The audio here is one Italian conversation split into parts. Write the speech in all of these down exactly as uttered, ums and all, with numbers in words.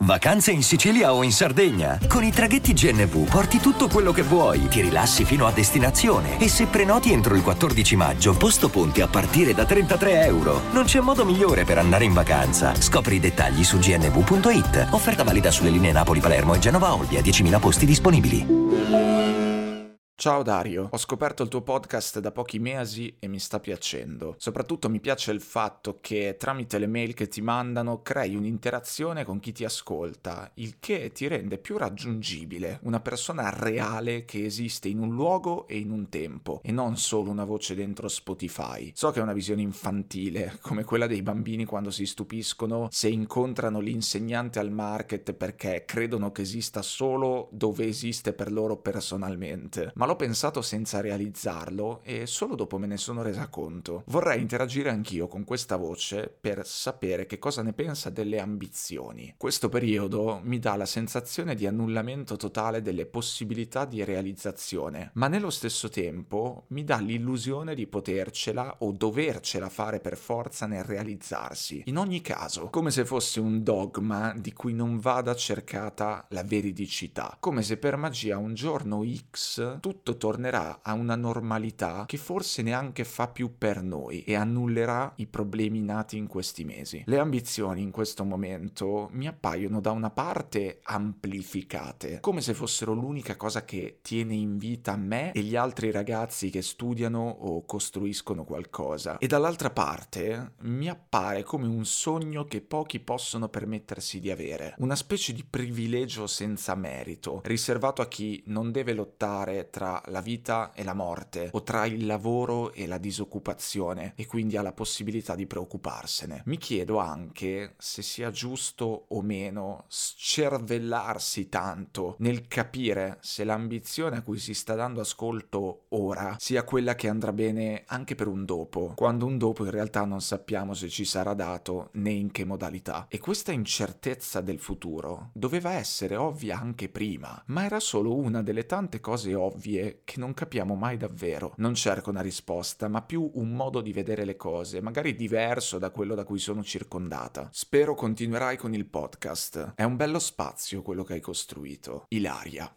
Vacanze in Sicilia o in Sardegna? Con i traghetti G N V porti tutto quello che vuoi, ti rilassi fino a destinazione e se prenoti entro il quattordici maggio, posto ponti a partire da trentatré euro. Non c'è modo migliore per andare in vacanza. Scopri i dettagli su g n v punto i t. Offerta valida sulle linee Napoli-Palermo e Genova-Olbia, diecimila posti disponibili. Ciao Dario, ho scoperto il tuo podcast da pochi mesi e mi sta piacendo. Soprattutto mi piace il fatto che tramite le mail che ti mandano crei un'interazione con chi ti ascolta, il che ti rende più raggiungibile, una persona reale che esiste in un luogo e in un tempo, e non solo una voce dentro Spotify. So che è una visione infantile, come quella dei bambini quando si stupiscono se incontrano l'insegnante al market perché credono che esista solo dove esiste per loro personalmente. Ma l'ho pensato senza realizzarlo e solo dopo me ne sono resa conto. Vorrei interagire anch'io con questa voce per sapere che cosa ne pensa delle ambizioni. Questo periodo mi dà la sensazione di annullamento totale delle possibilità di realizzazione, ma nello stesso tempo mi dà l'illusione di potercela o dovercela fare per forza nel realizzarsi. In ogni caso, come se fosse un dogma di cui non vada cercata la veridicità, come se per magia un giorno X tutto tornerà a una normalità che forse neanche fa più per noi e annullerà i problemi nati in questi mesi. Le ambizioni in questo momento mi appaiono da una parte amplificate, come se fossero l'unica cosa che tiene in vita me e gli altri ragazzi che studiano o costruiscono qualcosa, e dall'altra parte mi appare come un sogno che pochi possono permettersi di avere, una specie di privilegio senza merito, riservato a chi non deve lottare tra la vita e la morte, o tra il lavoro e la disoccupazione, e quindi ha la possibilità di preoccuparsene. Mi chiedo anche se sia giusto o meno scervellarsi tanto nel capire se l'ambizione a cui si sta dando ascolto ora sia quella che andrà bene anche per un dopo, quando un dopo in realtà non sappiamo se ci sarà dato né in che modalità. E questa incertezza del futuro doveva essere ovvia anche prima, ma era solo una delle tante cose ovvie che non capiamo mai davvero. Non cerco una risposta, ma più un modo di vedere le cose, magari diverso da quello da cui sono circondata. Spero continuerai con il podcast. È un bello spazio quello che hai costruito. Ilaria.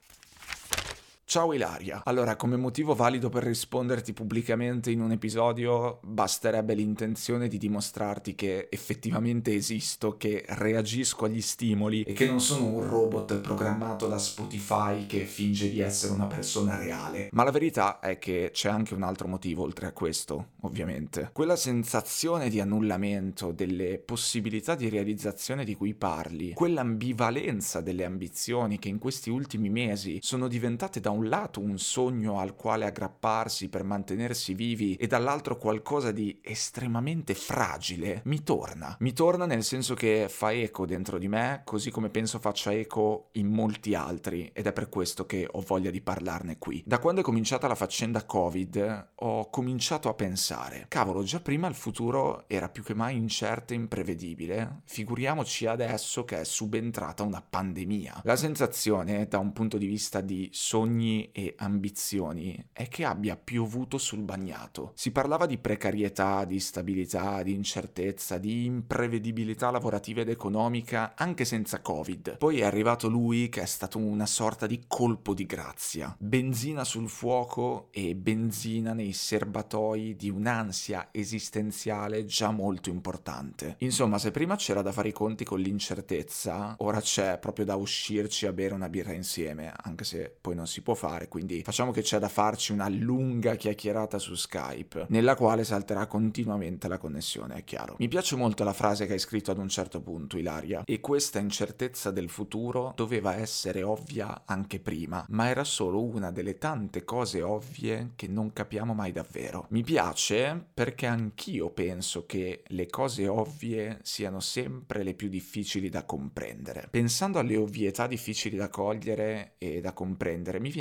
Ciao Ilaria. Allora, come motivo valido per risponderti pubblicamente in un episodio basterebbe l'intenzione di dimostrarti che effettivamente esisto, che reagisco agli stimoli e che non sono un robot programmato da Spotify che finge di essere una persona reale. Ma la verità è che c'è anche un altro motivo oltre a questo, ovviamente. Quella sensazione di annullamento delle possibilità di realizzazione di cui parli, quell'ambivalenza delle ambizioni che in questi ultimi mesi sono diventate da un lato un sogno al quale aggrapparsi per mantenersi vivi e dall'altro qualcosa di estremamente fragile, mi torna. Mi torna nel senso che fa eco dentro di me, così come penso faccia eco in molti altri, ed è per questo che ho voglia di parlarne qui. Da quando è cominciata la faccenda Covid ho cominciato a pensare, cavolo, già prima il futuro era più che mai incerto e imprevedibile, figuriamoci adesso che è subentrata una pandemia. La sensazione da un punto di vista di sogni e ambizioni è che abbia piovuto sul bagnato. Si parlava di precarietà, di stabilità, di incertezza, di imprevedibilità lavorativa ed economica anche senza Covid. Poi è arrivato lui che è stato una sorta di colpo di grazia, benzina sul fuoco e benzina nei serbatoi di un'ansia esistenziale già molto importante. Insomma, se prima c'era da fare i conti con l'incertezza, ora c'è proprio da uscirci a bere una birra insieme, anche se poi non si può fare, quindi facciamo che c'è da farci una lunga chiacchierata su Skype, nella quale salterà continuamente la connessione, è chiaro. Mi piace molto la frase che hai scritto ad un certo punto, Ilaria, e questa incertezza del futuro doveva essere ovvia anche prima, ma era solo una delle tante cose ovvie che non capiamo mai davvero. Mi piace perché anch'io penso che le cose ovvie siano sempre le più difficili da comprendere. Pensando alle ovvietà difficili da cogliere e da comprendere, mi viene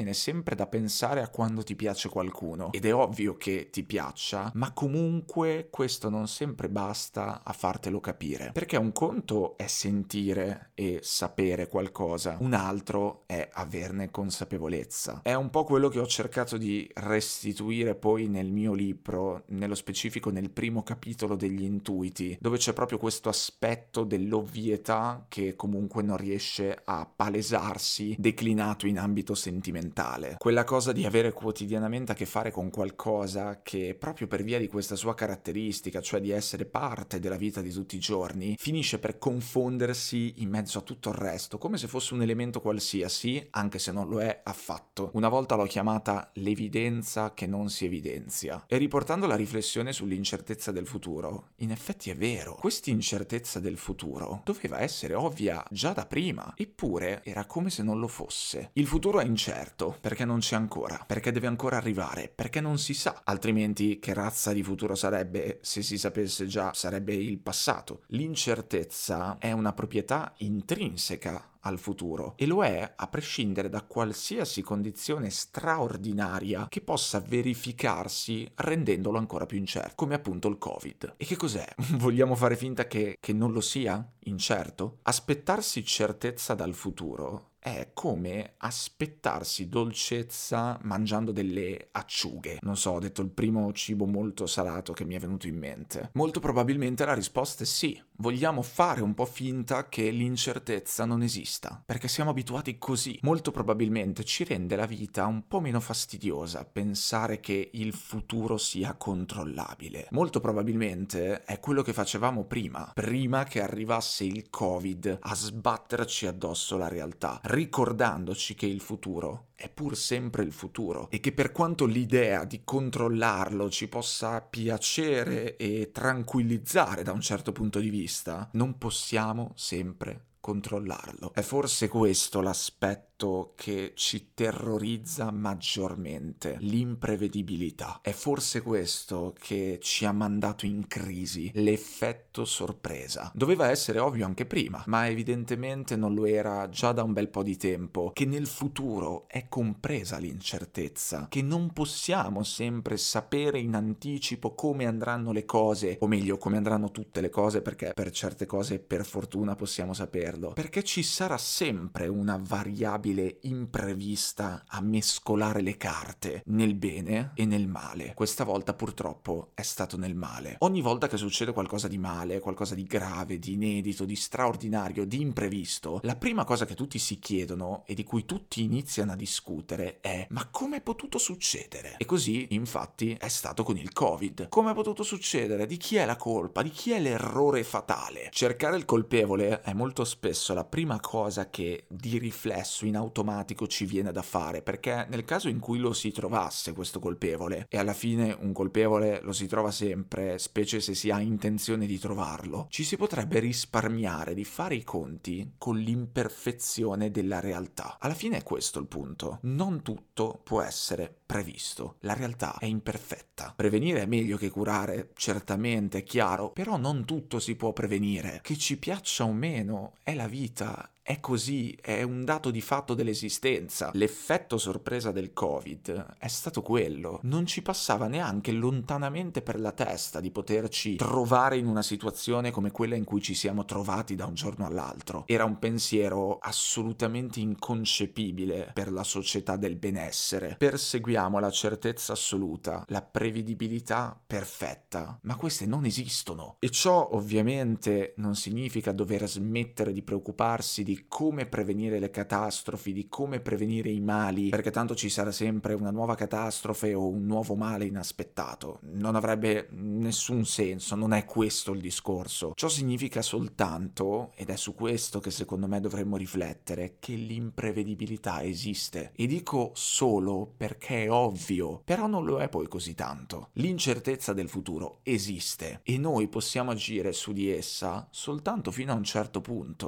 viene sempre da pensare a quando ti piace qualcuno, ed è ovvio che ti piaccia, ma comunque questo non sempre basta a fartelo capire, perché un conto è sentire e sapere qualcosa, un altro è averne consapevolezza. È un po' quello che ho cercato di restituire poi nel mio libro, nello specifico nel primo capitolo degli intuiti, dove c'è proprio questo aspetto dell'ovvietà che comunque non riesce a palesarsi declinato in ambito sentimentale. Quella cosa di avere quotidianamente a che fare con qualcosa che, proprio per via di questa sua caratteristica, cioè di essere parte della vita di tutti i giorni, finisce per confondersi in mezzo a tutto il resto, come se fosse un elemento qualsiasi, anche se non lo è affatto. Una volta l'ho chiamata l'evidenza che non si evidenzia. E riportando la riflessione sull'incertezza del futuro, in effetti è vero, questa incertezza del futuro doveva essere ovvia già da prima, eppure era come se non lo fosse. Il futuro è incerto, perché non c'è ancora, perché deve ancora arrivare, perché non si sa, altrimenti che razza di futuro sarebbe? Se si sapesse già, sarebbe il passato. L'incertezza è una proprietà intrinseca al futuro, e lo è a prescindere da qualsiasi condizione straordinaria che possa verificarsi rendendolo ancora più incerto, come appunto il Covid. E che cos'è? Vogliamo fare finta che, che non lo sia? Incerto? Aspettarsi certezza dal futuro è come aspettarsi dolcezza mangiando delle acciughe. Non so, ho detto il primo cibo molto salato che mi è venuto in mente. Molto probabilmente la risposta è sì. Vogliamo fare un po' finta che l'incertezza non esista, perché siamo abituati così. Molto probabilmente ci rende la vita un po' meno fastidiosa pensare che il futuro sia controllabile. Molto probabilmente è quello che facevamo prima, prima che arrivasse il Covid a sbatterci addosso la realtà, ricordandoci che il futuro è pur sempre il futuro e che per quanto l'idea di controllarlo ci possa piacere e tranquillizzare da un certo punto di vista, non possiamo sempre controllarlo. È forse questo l'aspetto che ci terrorizza maggiormente, l'imprevedibilità. È forse questo che ci ha mandato in crisi, l'effetto sorpresa. Doveva essere ovvio anche prima, ma evidentemente non lo era già da un bel po' di tempo, che nel futuro è compresa l'incertezza, che non possiamo sempre sapere in anticipo come andranno le cose, o meglio come andranno tutte le cose, perché per certe cose per fortuna possiamo saperlo, perché ci sarà sempre una variabile imprevista a mescolare le carte nel bene e nel male. Questa volta purtroppo è stato nel male. Ogni volta che succede qualcosa di male, qualcosa di grave, di inedito, di straordinario, di imprevisto, la prima cosa che tutti si chiedono e di cui tutti iniziano a discutere è: ma come è potuto succedere? E così infatti è stato con il Covid. Come è potuto succedere? Di chi è la colpa? Di chi è l'errore fatale? Cercare il colpevole è molto spesso la prima cosa che di riflesso in automatico ci viene da fare, perché nel caso in cui lo si trovasse questo colpevole, e alla fine un colpevole lo si trova sempre, specie se si ha intenzione di trovarlo, ci si potrebbe risparmiare di fare i conti con l'imperfezione della realtà. Alla fine è questo il punto. Non tutto può essere previsto. La realtà è imperfetta. Prevenire è meglio che curare, certamente, è chiaro, però non tutto si può prevenire. Che ci piaccia o meno, è la vita. È così, è un dato di fatto dell'esistenza. L'effetto sorpresa del Covid è stato quello. Non ci passava neanche lontanamente per la testa di poterci trovare in una situazione come quella in cui ci siamo trovati da un giorno all'altro. Era un pensiero assolutamente inconcepibile per la società del benessere. Perseguiamo la certezza assoluta, la prevedibilità perfetta, ma queste non esistono. E ciò ovviamente non significa dover smettere di preoccuparsi di di come prevenire le catastrofi, di come prevenire i mali, perché tanto ci sarà sempre una nuova catastrofe o un nuovo male inaspettato. Non avrebbe nessun senso, non è questo il discorso. Ciò significa soltanto, ed è su questo che secondo me dovremmo riflettere, che l'imprevedibilità esiste. E dico solo perché è ovvio, però non lo è poi così tanto. L'incertezza del futuro esiste e noi possiamo agire su di essa soltanto fino a un certo punto.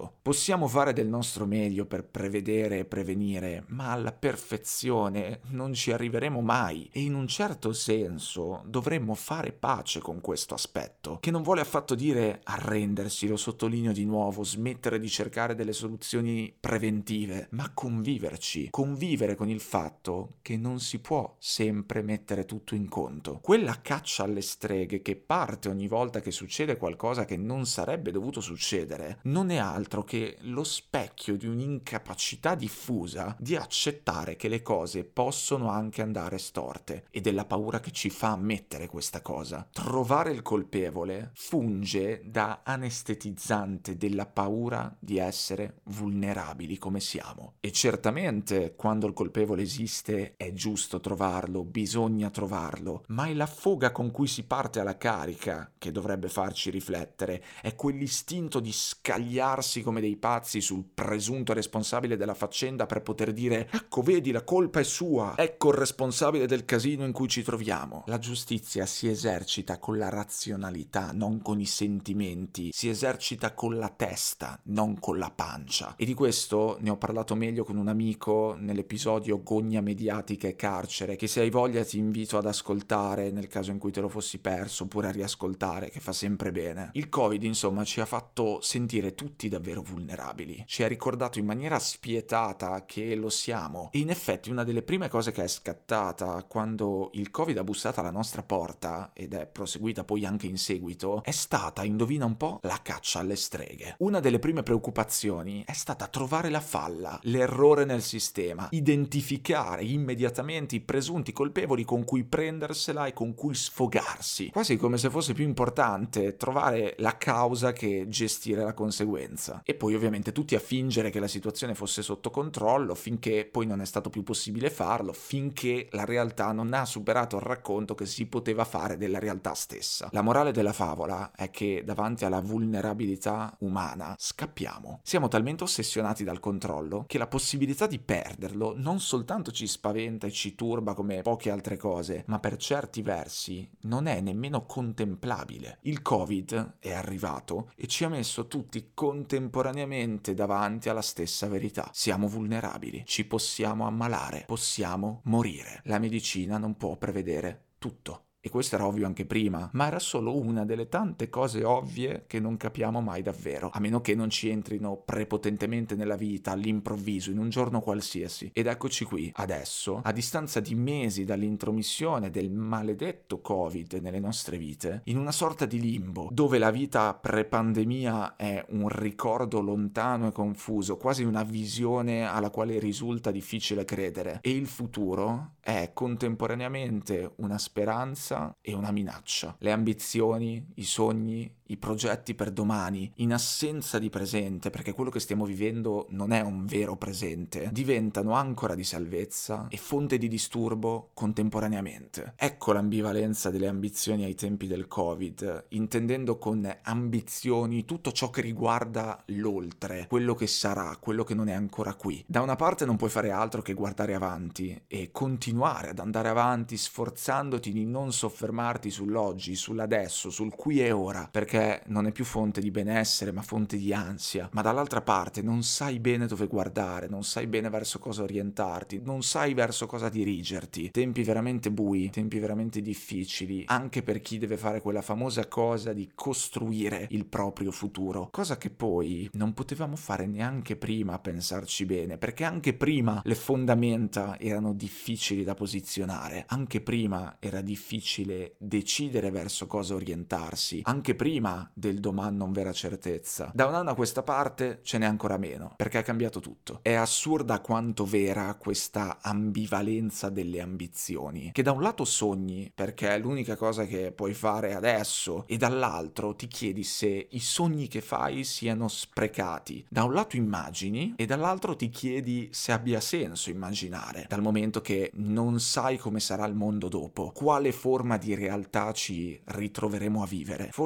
tutto. Possiamo fare del nostro meglio per prevedere e prevenire, ma alla perfezione non ci arriveremo mai e in un certo senso dovremmo fare pace con questo aspetto, che non vuole affatto dire arrendersi, lo sottolineo di nuovo, smettere di cercare delle soluzioni preventive, ma conviverci, convivere con il fatto che non si può sempre mettere tutto in conto. Quella caccia alle streghe che parte ogni volta che succede qualcosa che non sarebbe dovuto succedere non è altro che lo specchio di un'incapacità diffusa di accettare che le cose possono anche andare storte e della paura che ci fa ammettere questa cosa. Trovare il colpevole funge da anestetizzante della paura di essere vulnerabili come siamo. E certamente quando il colpevole esiste è giusto trovarlo, bisogna trovarlo, ma è la foga con cui si parte alla carica che dovrebbe farci riflettere, è quell'istinto di scagliarsi come dei pazzi sul presunto responsabile della faccenda per poter dire ecco vedi la colpa è sua, ecco il responsabile del casino in cui ci troviamo. La giustizia si esercita con la razionalità, non con i sentimenti, si esercita con la testa, non con la pancia. E di questo ne ho parlato meglio con un amico nell'episodio Gogna mediatica e carcere, che se hai voglia ti invito ad ascoltare nel caso in cui te lo fossi perso, oppure a riascoltare, che fa sempre bene. Il Covid, insomma, ci ha fatto sentire tutti davvero vulnerabili, ci ha ricordato in maniera spietata che lo siamo, e in effetti una delle prime cose che è scattata quando il Covid ha bussato alla nostra porta, ed è proseguita poi anche in seguito, è stata, indovina un po', la caccia alle streghe. Una delle prime preoccupazioni è stata trovare la falla, l'errore nel sistema, identificare immediatamente i presunti colpevoli con cui prendersela e con cui sfogarsi, quasi come se fosse più importante trovare la causa che gestire la conseguenza. E poi ovviamente tutti a fingere che la situazione fosse sotto controllo, finché poi non è stato più possibile farlo, finché la realtà non ha superato il racconto che si poteva fare della realtà stessa. La morale della favola è che davanti alla vulnerabilità umana scappiamo. Siamo talmente ossessionati dal controllo che la possibilità di perderlo non soltanto ci spaventa e ci turba come poche altre cose, ma per certi versi non è nemmeno contemplabile. Il Covid è arrivato e ci ha messo tutti contemporaneamente davanti alla stessa verità. Siamo vulnerabili, ci possiamo ammalare, possiamo morire. La medicina non può prevedere tutto. E questo era ovvio anche prima, ma era solo una delle tante cose ovvie che non capiamo mai davvero, a meno che non ci entrino prepotentemente nella vita, all'improvviso, in un giorno qualsiasi. Ed eccoci qui, adesso, a distanza di mesi dall'intromissione del maledetto Covid nelle nostre vite, in una sorta di limbo, dove la vita pre-pandemia è un ricordo lontano e confuso, quasi una visione alla quale risulta difficile credere, e il futuro è contemporaneamente una speranza e una minaccia. Le ambizioni, i sogni, i progetti per domani, in assenza di presente, perché quello che stiamo vivendo non è un vero presente, diventano ancora di salvezza e fonte di disturbo contemporaneamente. Ecco l'ambivalenza delle ambizioni ai tempi del Covid, intendendo con ambizioni tutto ciò che riguarda l'oltre, quello che sarà, quello che non è ancora qui. Da una parte non puoi fare altro che guardare avanti e continuare ad andare avanti sforzandoti di non soffermarti sull'oggi, sull'adesso, sul qui e ora, perché non è più fonte di benessere ma fonte di ansia. Ma dall'altra parte non sai bene dove guardare, non sai bene verso cosa orientarti, non sai verso cosa dirigerti. Tempi veramente bui, tempi veramente difficili, anche per chi deve fare quella famosa cosa di costruire il proprio futuro, cosa che poi non potevamo fare neanche prima a pensarci bene, perché anche prima le fondamenta erano difficili da posizionare, anche prima era difficile decidere verso cosa orientarsi, anche prima del domani non vera certezza. Da un anno a questa parte ce n'è ancora meno, perché è cambiato tutto. È assurda quanto vera questa ambivalenza delle ambizioni, che da un lato sogni, perché è l'unica cosa che puoi fare adesso, e dall'altro ti chiedi se i sogni che fai siano sprecati. Da un lato immagini, e dall'altro ti chiedi se abbia senso immaginare, dal momento che non sai come sarà il mondo dopo, quale forma di realtà ci ritroveremo a vivere. Forse diverso,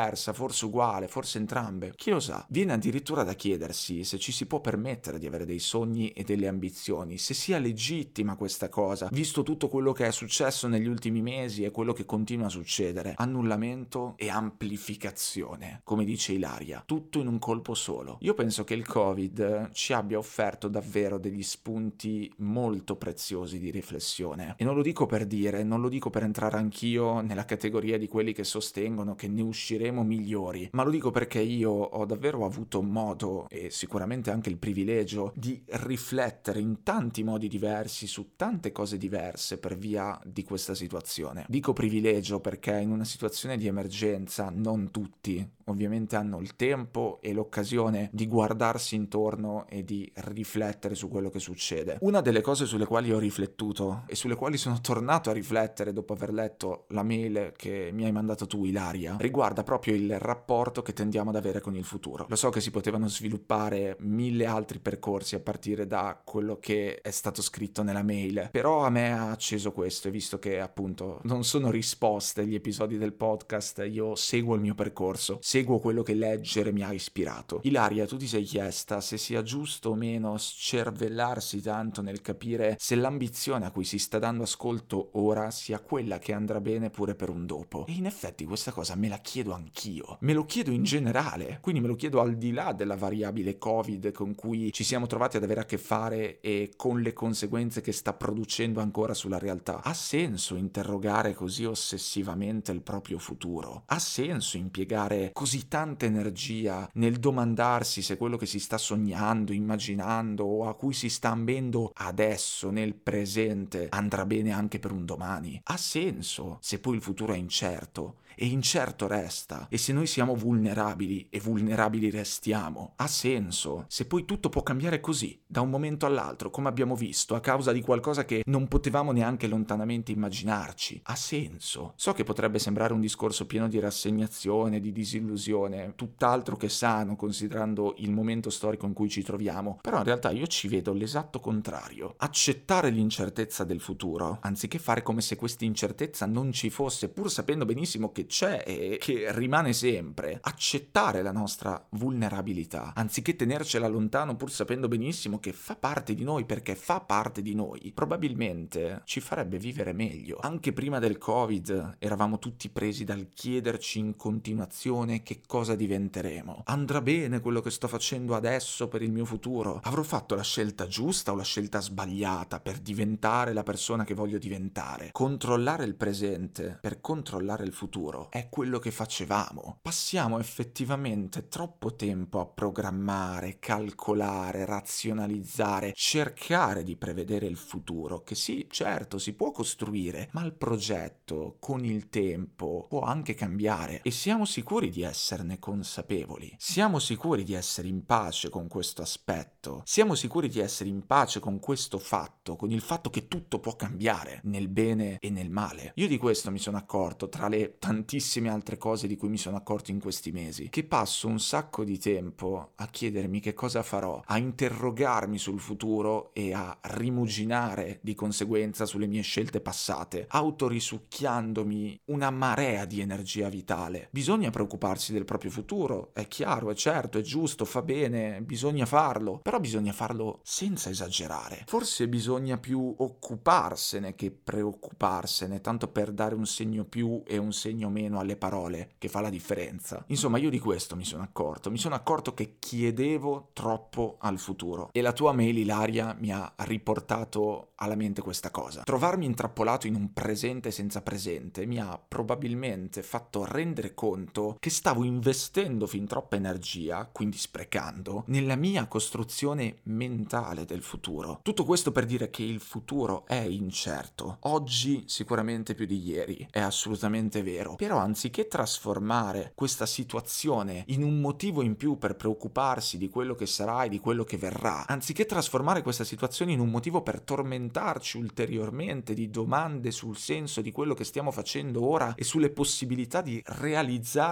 diversa, forse uguale, forse entrambe, chi lo sa. Viene addirittura da chiedersi se ci si può permettere di avere dei sogni e delle ambizioni, se sia legittima questa cosa, visto tutto quello che è successo negli ultimi mesi e quello che continua a succedere. Annullamento e amplificazione, come dice Ilaria, tutto in un colpo solo. Io penso che il Covid ci abbia offerto davvero degli spunti molto preziosi di riflessione, e non lo dico per dire, non lo dico per entrare anch'io nella categoria di quelli che sostengono che ne usciremo migliori, ma lo dico perché io ho davvero avuto modo, e sicuramente anche il privilegio, di riflettere in tanti modi diversi su tante cose diverse per via di questa situazione. Dico privilegio perché in una situazione di emergenza non tutti ovviamente hanno il tempo e l'occasione di guardarsi intorno e di riflettere su quello che succede. Una delle cose sulle quali ho riflettuto e sulle quali sono tornato a riflettere dopo aver letto la mail che mi hai mandato tu, Ilaria, riguarda proprio il rapporto che tendiamo ad avere con il futuro. Lo so che si potevano sviluppare mille altri percorsi a partire da quello che è stato scritto nella mail, però a me ha acceso questo, e visto che appunto non sono risposte gli episodi del podcast, io seguo il mio percorso, seguo quello che leggere mi ha ispirato. Ilaria, tu ti sei chiesta se sia giusto o meno scervellarsi tanto nel capire se l'ambizione a cui si sta dando ascolto ora sia quella che andrà bene pure per un dopo. E in effetti questa cosa me la chiedo anch'io, me lo chiedo in generale, quindi me lo chiedo al di là della variabile Covid con cui ci siamo trovati ad avere a che fare e con le conseguenze che sta producendo ancora sulla realtà. Ha senso interrogare così ossessivamente il proprio futuro? Ha senso impiegare così tanta energia nel domandarsi se quello che si sta sognando, immaginando o a cui si sta ambendo adesso, nel presente, andrà bene anche per un domani? Ha senso se poi il futuro è incerto? E incerto resta, e se noi siamo vulnerabili e vulnerabili restiamo, ha senso se poi tutto può cambiare così, da un momento all'altro, come abbiamo visto, a causa di qualcosa che non potevamo neanche lontanamente immaginarci? Ha senso? So che potrebbe sembrare un discorso pieno di rassegnazione, di disillusione, tutt'altro che sano considerando il momento storico in cui ci troviamo, però in realtà io ci vedo l'esatto contrario. Accettare l'incertezza del futuro, anziché fare come se questa incertezza non ci fosse, pur sapendo benissimo che c'è e che rimane sempre. Accettare la nostra vulnerabilità, anziché tenercela lontano pur sapendo benissimo che fa parte di noi, perché fa parte di noi, probabilmente ci farebbe vivere meglio. Anche prima del Covid eravamo tutti presi dal chiederci in continuazione che cosa diventeremo. Andrà bene quello che sto facendo adesso per il mio futuro? Avrò fatto la scelta giusta o la scelta sbagliata per diventare la persona che voglio diventare? Controllare il presente per controllare il futuro è quello che facevamo. Passiamo effettivamente troppo tempo a programmare, calcolare, razionalizzare, cercare di prevedere il futuro, che sì, certo, si può costruire, ma il progetto con il tempo può anche cambiare, e siamo sicuri di esserne consapevoli. Siamo sicuri di essere in pace con questo aspetto. Siamo sicuri di essere in pace con questo fatto, con il fatto che tutto può cambiare, nel bene e nel male. Io di questo mi sono accorto, tra le tantissime altre cose di cui mi sono accorto in questi mesi, che passo un sacco di tempo a chiedermi che cosa farò, a interrogarmi sul futuro e a rimuginare di conseguenza sulle mie scelte passate, autorisucchiandomi una marea di energia vitale. Bisogna preoccuparsi del proprio futuro, è chiaro, è certo, è giusto, fa bene, bisogna farlo, però bisogna farlo senza esagerare. Forse bisogna più occuparsene che preoccuparsene, tanto per dare un segno più e un segno meno alle parole, che fa la differenza. Insomma, io di questo mi sono accorto, mi sono accorto che chiedevo troppo al futuro, e la tua mail, Ilaria, mi ha riportato alla mente questa cosa. Trovarmi intrappolato in un presente senza presente mi ha probabilmente fatto rendere conto che stavo investendo fin troppa energia, quindi sprecando, nella mia costruzione mentale del futuro. Tutto questo per dire che il futuro è incerto, oggi sicuramente più di ieri, è assolutamente vero, però anziché trasformare questa situazione in un motivo in più per preoccuparsi di quello che sarà e di quello che verrà, anziché trasformare questa situazione in un motivo per tormentarci ulteriormente di domande sul senso di quello che stiamo facendo ora e sulle possibilità di realizzarsi che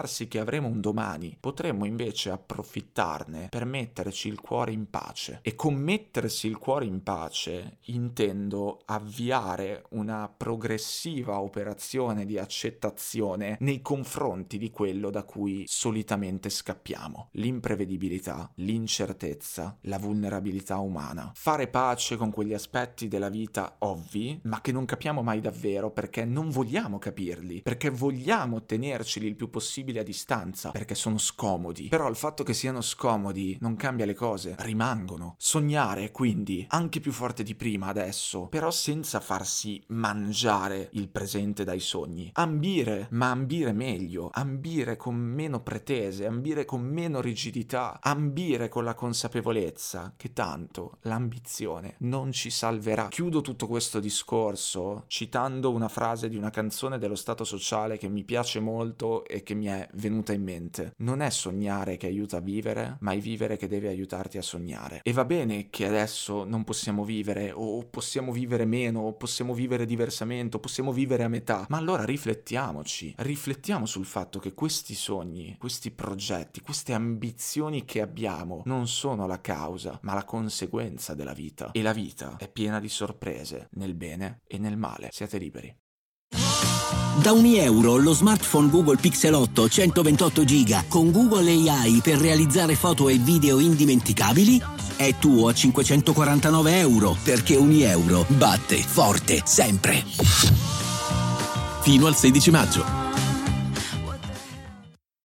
avremo un domani, potremmo invece approfittarne per metterci il cuore in pace. E con mettersi il cuore in pace intendo avviare una progressiva operazione di accettazione nei confronti di quello da cui solitamente scappiamo: l'imprevedibilità, l'incertezza, la vulnerabilità umana. Fare pace con quegli aspetti della vita ovvi, ma che non capiamo mai davvero perché non vogliamo capirli, perché vogliamo tenerceli il più possibile a distanza, perché sono scomodi. Però il fatto che siano scomodi non cambia le cose, rimangono. Sognare, quindi, anche più forte di prima adesso, però senza farsi mangiare il presente dai sogni. Ambire, ma ambire meglio, ambire con meno pretese, ambire con meno rigidità, ambire con la consapevolezza che tanto l'ambizione non ci salverà. Chiudo tutto questo discorso citando una frase di una canzone dello Stato Sociale che mi piace molto e che mi è venuta in mente: non è sognare che aiuta a vivere, ma è vivere che deve aiutarti a sognare. E va bene che adesso non possiamo vivere, o possiamo vivere meno, o possiamo vivere diversamente, o possiamo vivere a metà, ma allora riflettiamoci, riflettiamo sul fatto che questi sogni, questi progetti, queste ambizioni che abbiamo non sono la causa, ma la conseguenza della vita. E la vita è piena di sorprese, nel bene e nel male. Siate liberi. Da ogni euro lo smartphone Google Pixel otto centoventotto giga con Google A I per realizzare foto e video indimenticabili è tuo a cinquecentoquarantanove euro, perché ogni euro batte forte sempre. Fino al sedici maggio.